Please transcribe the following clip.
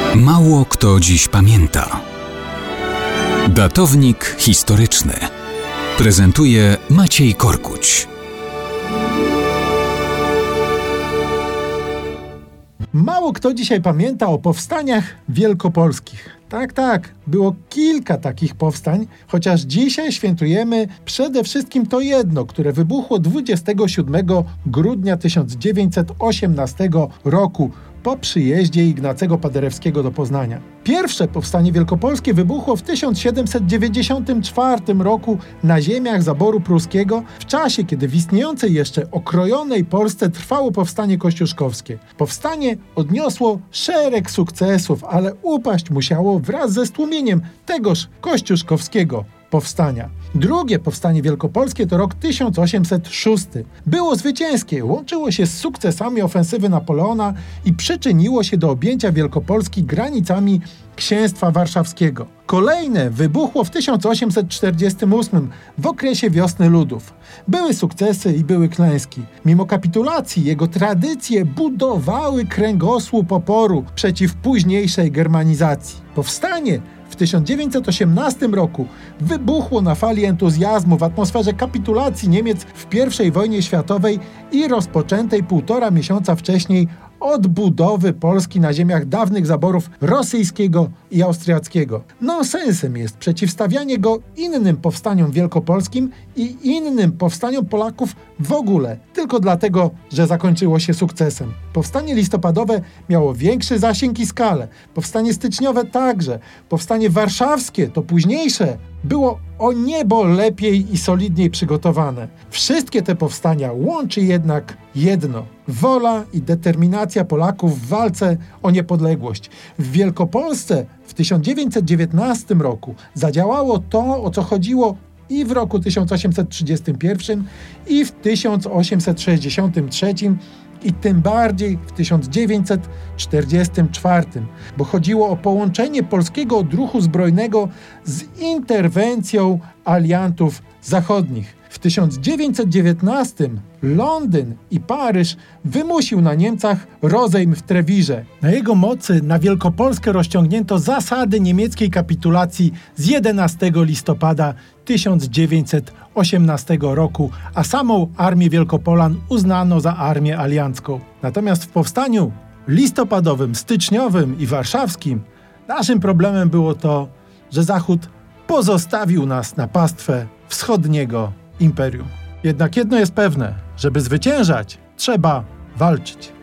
Mało kto dziś pamięta. Datownik historyczny prezentuje Maciej Korkuć. Mało kto dzisiaj pamięta o powstaniach wielkopolskich. Tak, było kilka takich powstań, chociaż dzisiaj świętujemy przede wszystkim to jedno, które wybuchło 27 grudnia 1918 roku po przyjeździe Ignacego Paderewskiego do Poznania. Pierwsze powstanie wielkopolskie wybuchło w 1794 roku na ziemiach zaboru pruskiego, w czasie, kiedy w istniejącej jeszcze okrojonej Polsce trwało powstanie kościuszkowskie. Powstanie odniosło szereg sukcesów, ale upaść musiało wraz ze stłumieniem tegoż kościuszkowskiego powstania. Drugie powstanie wielkopolskie to rok 1806. Było zwycięskie, łączyło się z sukcesami ofensywy Napoleona i przyczyniło się do objęcia Wielkopolski granicami Księstwa Warszawskiego. Kolejne wybuchło w 1848 w okresie Wiosny Ludów. Były sukcesy i były klęski. Mimo kapitulacji jego tradycje budowały kręgosłup oporu przeciw późniejszej germanizacji. Powstanie w 1918 roku wybuchło na fali entuzjazmu w atmosferze kapitulacji Niemiec w I wojnie światowej i rozpoczętej 1,5 miesiąca wcześniej odbudowy Polski na ziemiach dawnych zaborów rosyjskiego i austriackiego. Nonsensem jest przeciwstawianie go innym powstaniom wielkopolskim i innym powstaniom Polaków w ogóle, tylko dlatego, że zakończyło się sukcesem. Powstanie listopadowe miało większy zasięg i skalę, powstanie styczniowe także, powstanie warszawskie, to późniejsze, było o niebo lepiej i solidniej przygotowane. Wszystkie te powstania łączy jednak jedno: wola i determinacja Polaków w walce o niepodległość. W Wielkopolsce w 1919 roku zadziałało to, o co chodziło i w roku 1831, i w 1863, i tym bardziej w 1944, bo chodziło o połączenie polskiego odruchu zbrojnego z interwencją aliantów zachodnich. W 1919 Londyn i Paryż wymusił na Niemcach rozejm w Trewirze. Na jego mocy na Wielkopolskę rozciągnięto zasady niemieckiej kapitulacji z 11 listopada 1918 roku, a samą Armię Wielkopolan uznano za armię aliancką. Natomiast w powstaniu listopadowym, styczniowym i warszawskim naszym problemem było to, że Zachód pozostawił nas na pastwę wschodniego imperium. Jednak jedno jest pewne: żeby zwyciężać, trzeba walczyć.